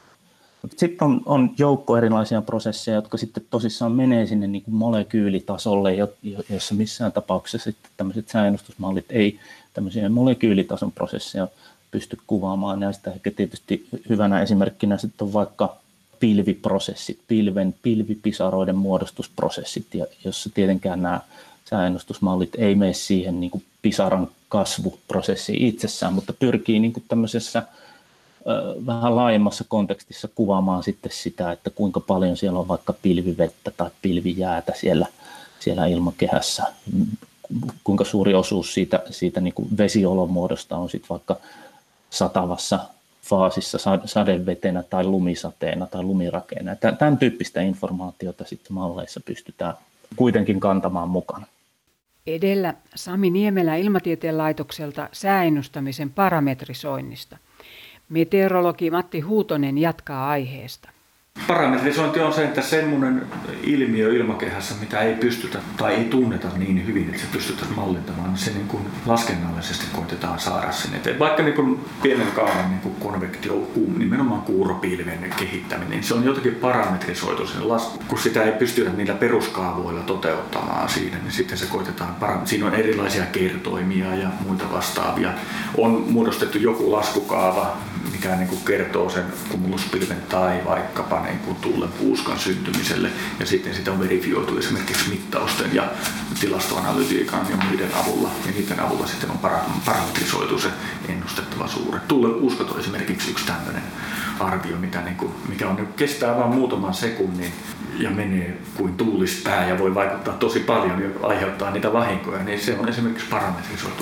Sitten on joukko erilaisia prosesseja, jotka sitten tosissaan menee sinne niin kuin molekyylitasolle, jossa missään tapauksessa sitten tämmöiset sääennustusmallit ei tämmöisiä molekyylitason prosesseja pysty kuvaamaan. Näistä ehkä tietysti hyvänä esimerkkinä sitten on vaikka pilviprosessit, pilvipisaroiden muodostusprosessit, jossa tietenkään nämä sääennustusmallit ei mene siihen niin kuin pisaran kasvuprosessiin itsessään, mutta pyrkii niin kuin tämmöisessä vähän laajemmassa kontekstissa kuvaamaan sitten sitä, että kuinka paljon siellä on vaikka pilvivettä tai pilvijäätä siellä ilmakehässä, kuinka suuri osuus siitä niin kuin vesiolomuodosta on sitten vaikka satavassa faasissa sadevetenä tai lumisateena tai lumirakeena. Tämän tyyppistä informaatiota sitten malleissa pystytään kuitenkin kantamaan mukana. Edellä Sami Niemelä Ilmatieteen laitokselta sääennustamisen parametrisoinnista. Meteorologi Matti Huutonen jatkaa aiheesta. Parametrisointi on se, että semmoinen ilmiö ilmakehässä, mitä ei pystytä tai ei tunneta niin hyvin, että se pystytään mallintamaan, niin se niin kuin laskennallisesti koitetaan saada sinne eteen. Vaikka niin kuin pienen kaavan niin kuin konvektio, nimenomaan kuuropilven kehittäminen, niin se on jotenkin parametrisoitu sen lasku. Kun sitä ei pystytä niillä peruskaavoilla toteuttamaan siinä, niin sitten se koitetaan siinä on erilaisia kertoimia ja muita vastaavia. On muodostettu joku laskukaava, mikä niin kuin kertoo sen kumuluspilven tai vaikkapa niin kuin tuulen puuskan syntymiselle, ja sitten sitä on verifioitu esimerkiksi mittausten ja tilastoanalytiikan ja muiden avulla, ja niiden avulla sitten on parametrisoitu se ennustettava suure. Tuulen puuskat on esimerkiksi yksi tämmöinen arvio, mikä on, kestää vain muutaman sekunnin ja menee kuin tuulispää ja voi vaikuttaa tosi paljon ja aiheuttaa niitä vahinkoja, niin se on esimerkiksi parametrisoitu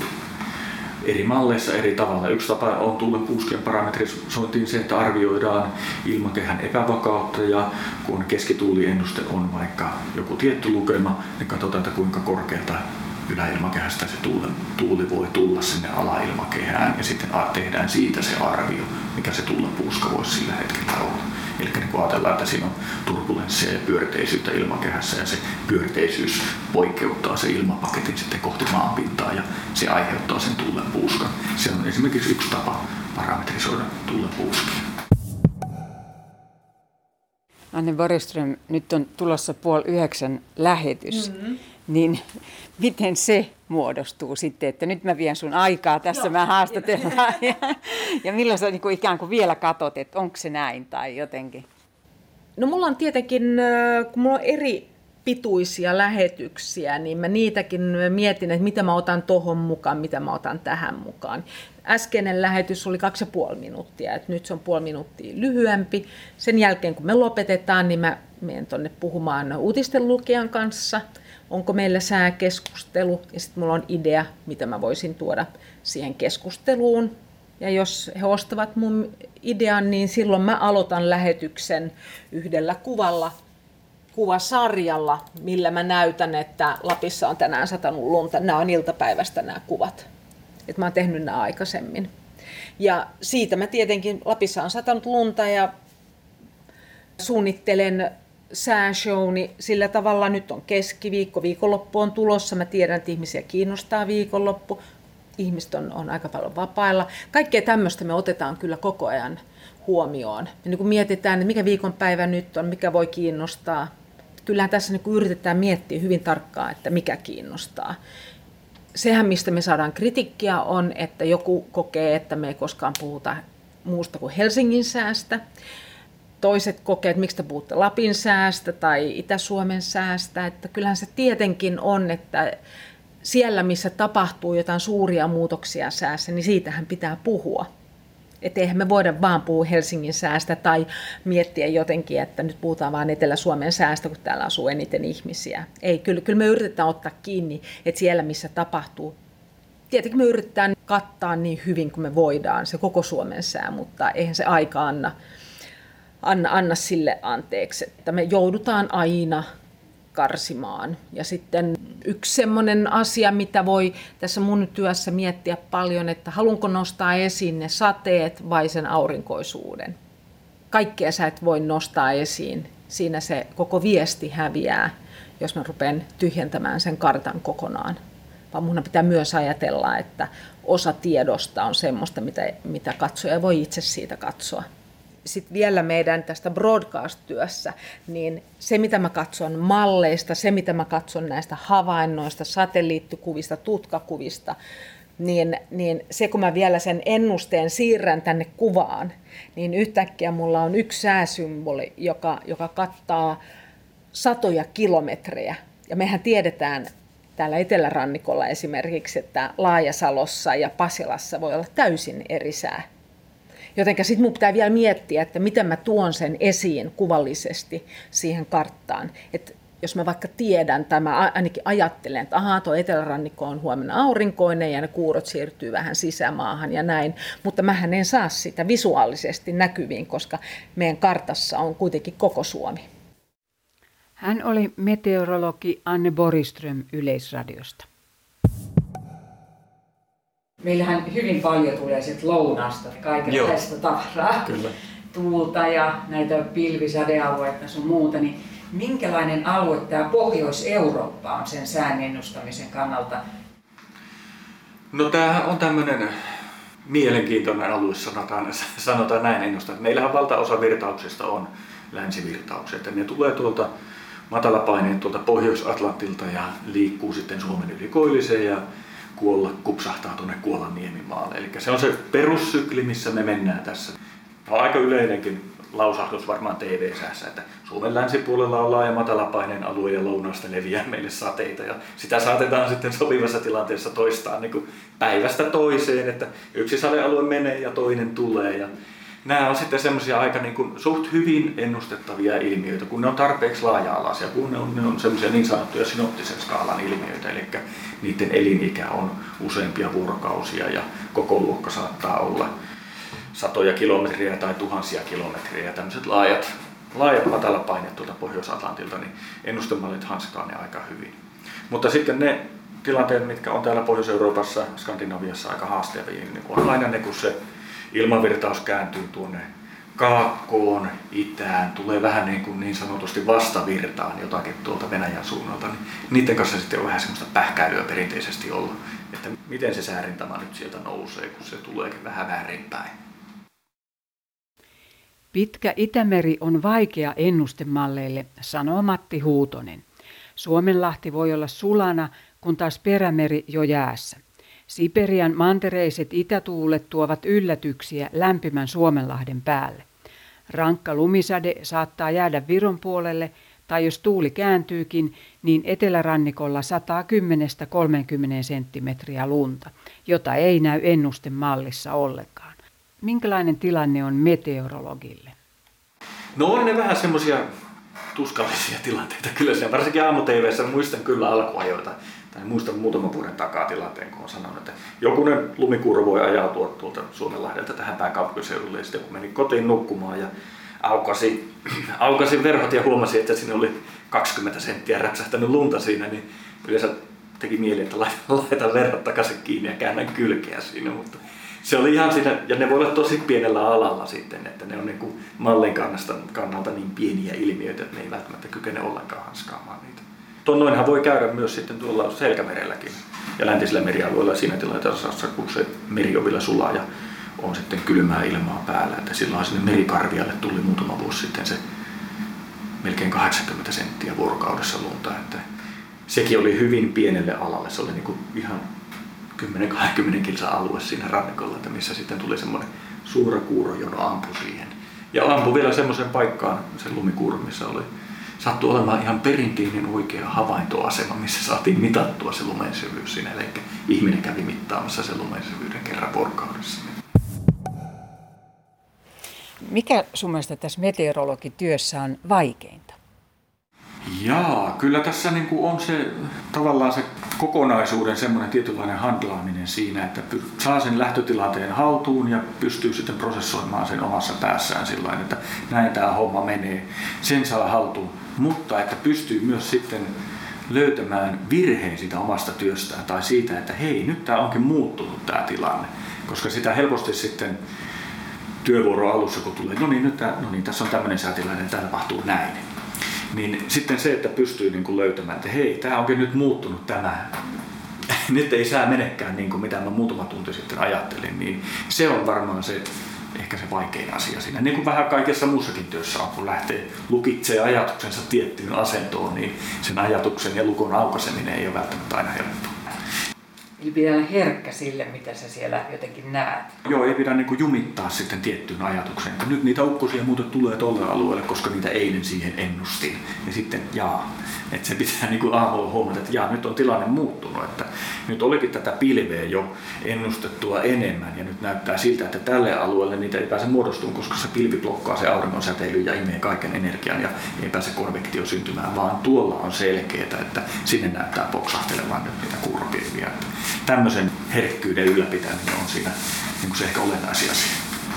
eri malleissa eri tavalla. Yksi tapa on tuulen puuskien parametrisointiin se, että arvioidaan ilmakehän epävakautta, ja kun keskituuliennuste on vaikka joku tietty lukema, niin katsotaan, että kuinka korkealta yläilmakehästä se tuuli voi tulla sinne alailmakehään, ja sitten tehdään siitä se arvio, mikä se tuulen puuska voisi sillä hetkellä olla. Eli niin kun ajatellaan, että siinä on turbulenssia ja pyörteisyyttä ilmakehässä, ja se pyörteisyys poikkeuttaa se ilmapaketin sitten kohti maanpintaa, ja se aiheuttaa sen tuulen puuskan. Se on esimerkiksi yksi tapa parametrisoida tuulen puuskia. Anne Borgström, nyt on tulossa 8:30 lähetys. Niin miten se muodostuu sitten, että nyt mä vien sun aikaa tässä, mä haastatellaan. Ja milloin sä niin ikään kuin vielä katot, että onko se näin tai jotenkin? No mulla on tietenkin, kun mulla on eri pituisia lähetyksiä, niin mä niitäkin mietin, että mitä mä otan tohon mukaan, mitä mä otan tähän mukaan. Äskeinen lähetys oli 2,5 minuuttia, että nyt se on 0,5 minuuttia lyhyempi. Sen jälkeen kun me lopetetaan, niin mä menen tonne puhumaan uutisten lukijan kanssa. Onko meillä sääkeskustelu, ja sitten mulla on idea, mitä mä voisin tuoda siihen keskusteluun. Ja jos he ostavat mun idean, niin silloin mä aloitan lähetyksen yhdellä kuvasarjalla, millä mä näytän, että Lapissa on tänään satanut lunta. Nämä on iltapäivästä nämä kuvat. Et mä oon tehnyt nämä aikaisemmin. Ja siitä mä tietenkin, Lapissa on satanut lunta ja suunnittelen sääshowni sillä tavalla. Nyt on keskiviikko, viikonloppu on tulossa. Mä tiedän, että ihmisiä kiinnostaa viikonloppu. Ihmiset on aika paljon vapailla. Kaikkea tämmöistä me otetaan kyllä koko ajan huomioon. Ja niin kun mietitään, että mikä viikonpäivä nyt on, mikä voi kiinnostaa. Kyllähän tässä niin kun yritetään miettiä hyvin tarkkaan, että mikä kiinnostaa. Sehän, mistä me saadaan kritiikkiä, on, että joku kokee, että me ei koskaan puhuta muusta kuin Helsingin säästä. Toiset kokee, että miksi te puhutte Lapin säästä tai Itä-Suomen säästä. Että kyllähän se tietenkin on, että siellä, missä tapahtuu jotain suuria muutoksia säässä, niin siitähän pitää puhua. Että eihän me voida vaan puhua Helsingin säästä tai miettiä jotenkin, että nyt puhutaan vaan Etelä-Suomen säästä, kun täällä asuu eniten ihmisiä. Ei, kyllä me yritetään ottaa kiinni, että siellä, missä tapahtuu. Tietenkin me yritetään kattaa niin hyvin kuin me voidaan se koko Suomen sää, mutta eihän se aika anna sille anteeksi. Että me joudutaan aina karsimaan. Ja sitten yksi semmoinen asia, mitä voi tässä mun työssä miettiä paljon, että haluanko nostaa esiin ne sateet vai sen aurinkoisuuden. kaikkea sä et voi nostaa esiin. Siinä se koko viesti häviää, jos mä rupean tyhjentämään sen kartan kokonaan. Vaan mun pitää myös ajatella, että osa tiedosta on semmoista, mitä katsoja voi itse siitä katsoa. Sitten vielä meidän tästä broadcast-työssä, niin se mitä mä katson malleista, se mitä mä katson näistä havainnoista, satelliittikuvista, tutkakuvista, niin se kun mä vielä sen ennusteen siirrän tänne kuvaan, niin yhtäkkiä mulla on yksi sääsymboli, joka kattaa satoja kilometrejä. Ja mehän tiedetään täällä Etelärannikolla esimerkiksi, että Laajasalossa ja Pasilassa voi olla täysin eri sää. Jotenka sitten mun pitää vielä miettiä, että miten mä tuon sen esiin kuvallisesti siihen karttaan. Että jos mä vaikka tiedän tai mä ainakin ajattelen, että tuo Etelärannikko on huomenna aurinkoinen ja ne kuurot siirtyy vähän sisämaahan ja näin, mutta mähän en saa sitä visuaalisesti näkyviin, koska meidän kartassa on kuitenkin koko Suomi. Hän oli meteorologi Anne Borgström Yleisradiosta. Meillähän hyvin paljon tulee sitten lounaasta kaikenlaista tavaraa, Kyllä. tuulta ja näitä pilvisadealueita sun muuta. Niin minkälainen alue tämä Pohjois-Eurooppa on sen sään ennustamisen kannalta? No tämähän on tämmöinen mielenkiintoinen alue, sanotaan näin ennustaa. Meillähän valtaosa virtauksista on länsivirtaukset ja ne tulee tuolta matalapaineen tuolta Pohjois-Atlantilta ja liikkuu sitten Suomen yli Koilliseen ja kupsahtaa tuonne Kuolan niemimaalle. Eli se on se perussykli, missä me mennään tässä. On aika yleinenkin lausahdus varmaan TV-säässä, että Suomen länsipuolella on laaja matalapaineen alue ja lounaasta leviää meille sateita. Ja sitä saatetaan sitten sopivassa tilanteessa toistaa niin kuin päivästä toiseen, että yksi sadealue menee ja toinen tulee. Ja nämä on sitten semmoisia aika niin kuin suht hyvin ennustettavia ilmiöitä, kun ne on tarpeeksi laaja-alaisia, kun ne on semmoisia niin sanottuja synoptisen skaalan ilmiöitä, eli niiden elinikä on useampia vuorokausia ja koko luokka saattaa olla satoja kilometriä tai tuhansia kilometriä. Ja tämmöiset laajat matalapaineet tuolta Pohjois-Atlantilta, niin ennustemallit hanskaa ne aika hyvin. Mutta sitten ne tilanteet, mitkä on täällä Pohjois-Euroopassa, Skandinaviassa aika haastavia, niin on aina ne, kun se ilmavirtaus kääntyy tuonne kaakkoon, itään, tulee vähän niin sanotusti vastavirtaan jotakin tuolta Venäjän suunnalta, niin niiden kanssa sitten on vähän semmoista pähkäilyä perinteisesti ollut, että miten se säärintama nyt sieltä nousee, kun se tuleekin vähän väärinpäin. Pitkä Itämeri on vaikea ennustemalleille, sanoo Matti Huutonen. Suomenlahti voi olla sulana, kun taas Perämeri jo jäässä. Siperian mantereiset itätuulet tuovat yllätyksiä lämpimän Suomenlahden päälle. Rankka lumisade saattaa jäädä Viron puolelle, tai jos tuuli kääntyykin, niin etelärannikolla 110–30 senttimetriä lunta, jota ei näy ennustemallissa ollenkaan. Minkälainen tilanne on meteorologille? No on ne vähän semmoisia tuskallisia tilanteita. Kyllä se varsinkin aamu-tv:ssä muistan kyllä alkuajoita. Tai muistan muutaman vuoden takaa tilanteen, kun on sanonut, että jokunen lumikuuro voi ajautua tuolta Suomenlahdelta tähän pääkaupunkiseudulle. Ja sitten kun menin kotiin nukkumaan ja aukasin verhot ja huomasin, että siinä oli 20 senttiä räpsähtänyt lunta siinä, niin yleensä teki mieli, että laitan verhot takaisin kiinni ja käännän kylkeä siinä. Mutta se oli ihan siinä, ja ne voi olla tosi pienellä alalla sitten, että ne on niin kuin mallin kannalta niin pieniä ilmiöitä, että ne ei välttämättä kykene ollenkaan hanskaamaan niitä. Noinhan voi käydä myös sitten tuolla Selkämerelläkin ja läntisellä merialueella siinä tilanteessa, kun se meri on vielä sulaa ja on sitten kylmää ilmaa päällä. Että silloin sinne merikarvialle tuli muutama vuosi sitten se melkein 80 senttiä vuorokaudessa lunta. Että sekin oli hyvin pienelle alalle. Se oli niin kuin ihan 10-20 kilsa alue siinä rannikolla, että missä sitten tuli semmoinen suura kuuro, jono ampui siihen. Ja ampui vielä semmoisen paikkaan, se lumikuuro, missä sattui olemaan ihan perinteinen oikea havaintoasema, missä saatiin mitattua se lumen syvyys siinä. Eli ihminen kävi mittaamassa sen lumen syvyyden kerran vuorokaudessa. Mikä sun mielestä tässä meteorologityössä on vaikeinta? Jaa, kyllä tässä niin kuin on se tavallaan se kokonaisuuden semmoinen tietynlainen handlaaminen siinä, että saa sen lähtötilanteen haltuun ja pystyy sitten prosessoimaan sen omassa päässään sillain, että näin tämä homma menee, sen saa haltuun, mutta että pystyy myös sitten löytämään virheen siitä omasta työstään tai siitä, että hei, nyt tämä onkin muuttunut tämä tilanne, koska sitä helposti sitten työvuoro alussa, kun tulee, tässä on tämmöinen säätilanne, tämä tapahtuu näin. Niin sitten se, että pystyy niin kuin löytämään, että hei, tämä onkin nyt muuttunut tämä. Nyt ei sää menekään niin kuin mitä mä muutama tunti sitten ajattelin, niin se on varmaan ehkä se vaikein asia siinä. Niin kuin vähän kaikessa muussakin työssä on, kun lähtee lukitsemaan ajatuksensa tiettyyn asentoon, niin sen ajatuksen ja lukon aukaiseminen ei ole välttämättä aina helppoa. Eli pitää olla herkkä sille, mitä sä siellä jotenkin näet. Joo, ei pidä niin kuin jumittaa sitten tiettyyn ajatukseen. Nyt niitä ukkosia muuten tulee tolle alueelle, koska niitä eilen siihen ennustin. Ja sitten että se pitää niin kuin aamulla huomata, että nyt on tilanne muuttunut. Että nyt olikin tätä pilveä jo ennustettua enemmän ja nyt näyttää siltä, että tälle alueelle niitä ei pääse muodostumaan, koska se pilvi blokkaa se auringon säteilyn ja imee kaiken energian ja ei pääse konvektio syntymään, vaan tuolla on selkeää, että sinne näyttää poksahtelevan nyt niitä kuuropilviä. Tämmöisen herkkyyden ylläpitäminen on siinä niin kuin se ehkä olennaisin asia.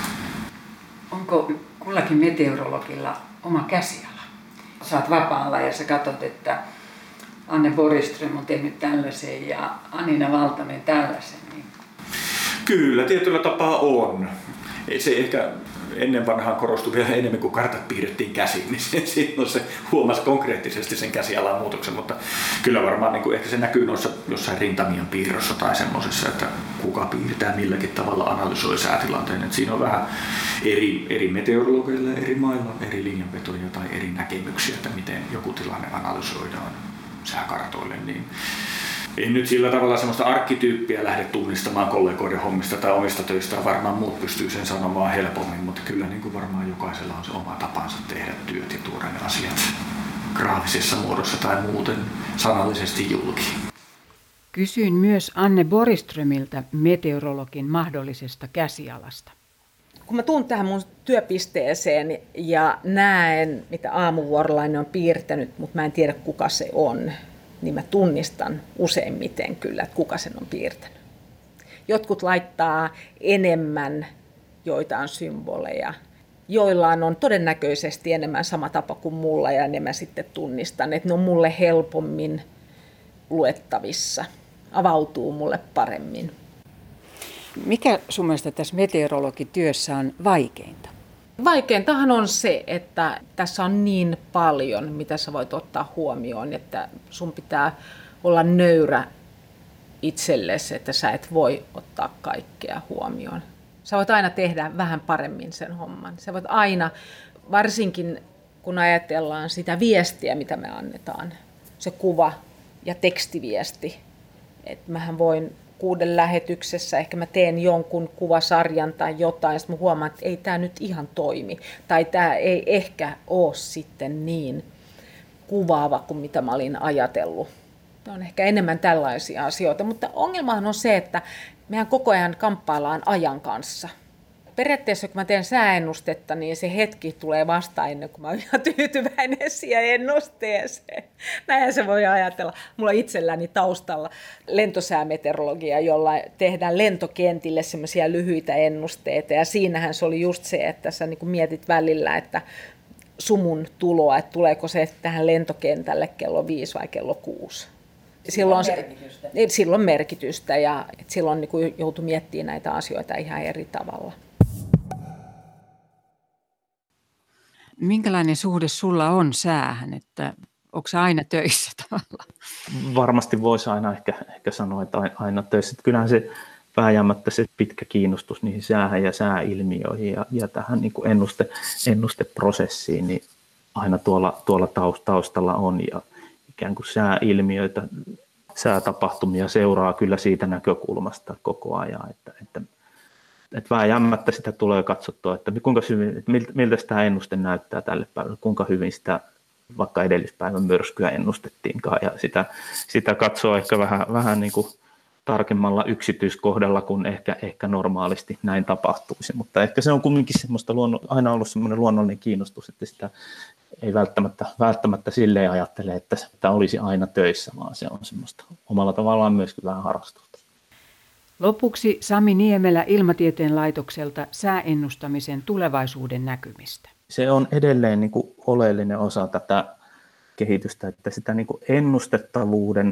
Onko kullakin meteorologilla oma käsiala? Sä oot vapaalla ja sä katsot, että Anne Borgström on tehnyt tällaisen ja Anina Valtanen tällaisen. Niin... Kyllä, tietyllä tapaa on. Se ehkä ennen vanhaan korostui vielä enemmän, kun kartat piirrettiin käsin, niin silloin se huomasi konkreettisesti sen käsialan muutoksen, mutta kyllä varmaan niin kuin ehkä se näkyy noissa jossain rintamien piirrossa tai semmoisessa, että kuka piirtää milläkin tavalla analysoi säätilanteen. Että siinä on vähän eri meteorologeilla, eri mailla eri linjanvetoja tai eri näkemyksiä, että miten joku tilanne analysoidaan sääkartoille. Niin ei nyt sillä tavalla semmoista arkkityyppiä lähde tunnistamaan kollegoiden hommista tai omista töistä. Varmaan muut pystyy sen sanomaan helpommin, mutta kyllä niin kuin varmaan jokaisella on se oma tapansa tehdä työt ja tuoda ne asiat graafisessa muodossa tai muuten sanallisesti julki. Kysyin myös Anne Borgströmiltä meteorologin mahdollisesta käsialasta. Kun mä tuun tähän mun työpisteeseen ja näen, mitä aamuvuorolainen on piirtänyt, mutta mä en tiedä, kuka se on, niin mä tunnistan useimmiten kyllä, että kuka sen on piirtänyt. Jotkut laittaa enemmän joitain symboleja, joilla on todennäköisesti enemmän sama tapa kuin mulla, ja ne mä sitten tunnistan, että ne on mulle helpommin luettavissa, avautuu mulle paremmin. Mikä sun mielestä tässä meteorologityössä on vaikeinta? Vaikeintahan on se, että tässä on niin paljon, mitä sä voit ottaa huomioon, että sun pitää olla nöyrä itsellesi, että sä et voi ottaa kaikkea huomioon. Sä voit aina tehdä vähän paremmin sen homman. Sä voit aina, varsinkin kun ajatellaan sitä viestiä, mitä me annetaan, se kuva ja tekstiviesti, että mähän voin 6 lähetyksessä, ehkä mä teen jonkun kuvasarjan tai jotain, sitten mä huomaan, että ei tämä nyt ihan toimi. Tai tämä ei ehkä ole sitten niin kuvaava kuin mitä mä olin ajatellut. Ne on ehkä enemmän tällaisia asioita, mutta ongelmahan on se, että mehän koko ajan kamppaillaan ajan kanssa. Periaatteessa kun mä teen sääennustetta, niin se hetki tulee vasta ennen kuin mä oon ihan tyytyväinen siihen ennusteeseen. Näinhän se voi ajatella. Mulla itselläni taustalla lentosäämeteorologia, jolla tehdään lentokentille semmoisia lyhyitä ennusteita. Ja siinähän se oli just se, että sä niin kuin mietit välillä, että sumun tuloa, että tuleeko se tähän lentokentälle kello 5 vai kello 6. Silloin merkitystä ja silloin niin kuin joutui miettimään näitä asioita ihan eri tavalla. Minkälainen suhde sulla on säähän, että onko sä aina töissä tavallaan? Varmasti voisi aina ehkä sanoa, että aina töissä. Että kyllähän se vääjäämättä se pitkä kiinnostus niihin säähän ja sääilmiöihin ja tähän niin kuin ennusteprosessiin, niin aina tuolla taustalla on ja ikään kuin sääilmiöitä, säätapahtumia seuraa kyllä siitä näkökulmasta koko ajan, että vääjäämättä sitä tulee katsottua, että kuinka hyvin, miltä tämä ennuste näyttää tälle päivälle, kuinka hyvin sitä vaikka edellispäivän myrskyä ennustettiinkaan, ja sitä katsoo ehkä vähän niin kuin tarkemmalla yksityiskohdalla, kun ehkä normaalisti näin tapahtuisi, mutta ehkä se on kumminkin semmoista aina ollut semmoinen luonnollinen kiinnostus, että sitä ei välttämättä silleen ajattele, että tämä olisi aina töissä, vaan se on semmoista omalla tavallaan myöskin vähän harrastusta. Lopuksi Sami Niemelä Ilmatieteen laitokselta sääennustamisen tulevaisuuden näkymistä. Se on edelleen niin kuin oleellinen osa tätä kehitystä, että sitä niin kuin ennustettavuuden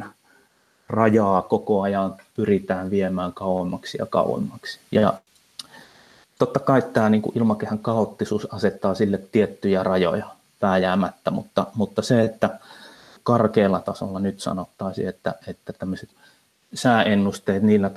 rajaa koko ajan pyritään viemään kauemmaksi ja kauemmaksi. Ja Totta kai tämä niin kuin ilmakehän kaoottisuus asettaa sille tiettyjä rajoja vääjäämättä, mutta se, että karkealla tasolla nyt sanottaisiin, että tämmöiset sääennusteet niillä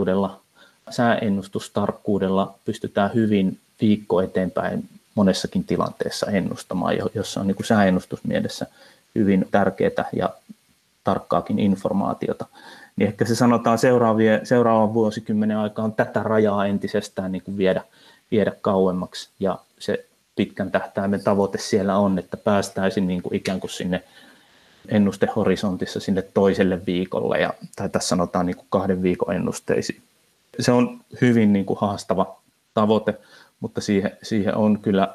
sääennustustarkkuudella pystytään hyvin viikko eteenpäin monessakin tilanteessa ennustamaan, jossa on niin kuin sääennustusmielessä hyvin tärkeää ja tarkkaakin informaatiota. Niin ehkä se sanotaan seuraavan vuosikymmenen aikaan tätä rajaa entisestään niin kuin viedä kauemmaksi, ja se pitkän tähtäimen tavoite siellä on, että päästäisiin niin kuin ikään kuin sinne ennustehorisontissa sinne toiselle viikolle, tai tässä sanotaan niin kuin 2 viikon ennusteisiin. Se on hyvin niin kuin haastava tavoite, mutta siihen on kyllä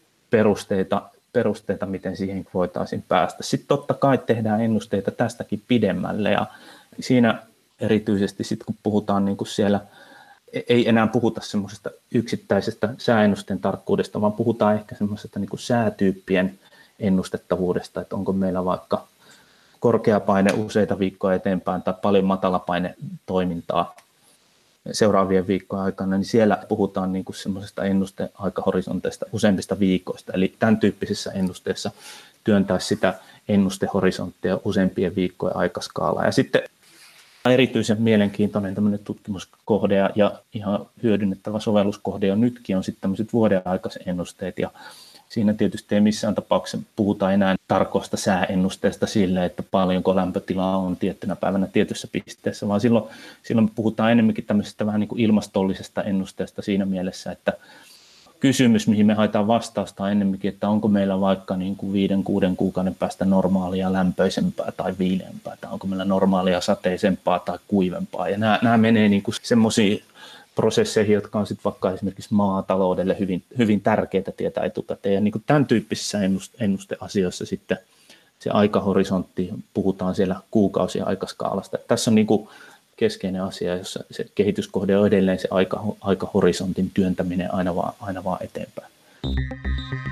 perusteita, miten siihen voitaisiin päästä. Sitten totta kai tehdään ennusteita tästäkin pidemmälle, ja siinä erityisesti sitten kun puhutaan niin kuin siellä, ei enää puhuta semmoisesta yksittäisestä sääennusteen tarkkuudesta, vaan puhutaan ehkä semmoisesta niin kuin säätyyppien ennustettavuudesta, että onko meillä vaikka korkea paine useita viikkoja eteenpäin tai paljon matalapaine toimintaa seuraavien viikkojen aikana, niin siellä puhutaan niin kuin semmoisesta ennusteaikahorisonteista useampista viikoista. Eli tämän tyyppisessä ennusteessa työntää sitä ennustehorisonttia useampien viikkojen aikaskaalaa. Ja sitten erityisen mielenkiintoinen tämmöinen tutkimuskohde ja ihan hyödynnettävä sovelluskohde jo nytkin on sitten tämmöiset vuodenaikaiset ennusteet, ja siinä tietysti ei missään tapauksessa puhuta enää tarkoista sääennusteesta sille, että paljonko lämpötilaa on tiettynä päivänä tietyssä pisteessä, vaan silloin me puhutaan enemmänkin tämmöisestä vähän niin kuin ilmastollisesta ennusteesta siinä mielessä, että kysymys, mihin me haetaan vastausta on enemmänkin, että onko meillä vaikka niin kuin 5-6 kuukauden päästä normaalia lämpöisempää tai viileämpää, tai onko meillä normaalia sateisempaa tai kuivempaa, ja nämä menee niin kuin semmoisiin prosesseihin, jotka on sitten vaikka esimerkiksi maataloudelle hyvin tärkeitä tietää etukäteen. Ja niin kuin tämän tyyppisissä ennusteasioissa sitten se aikahorisontti, puhutaan siellä kuukausien aikaskaalasta. Tässä on niin kuin keskeinen asia, jossa se kehityskohde on edelleen se aikahorisontin työntäminen aina vaan eteenpäin.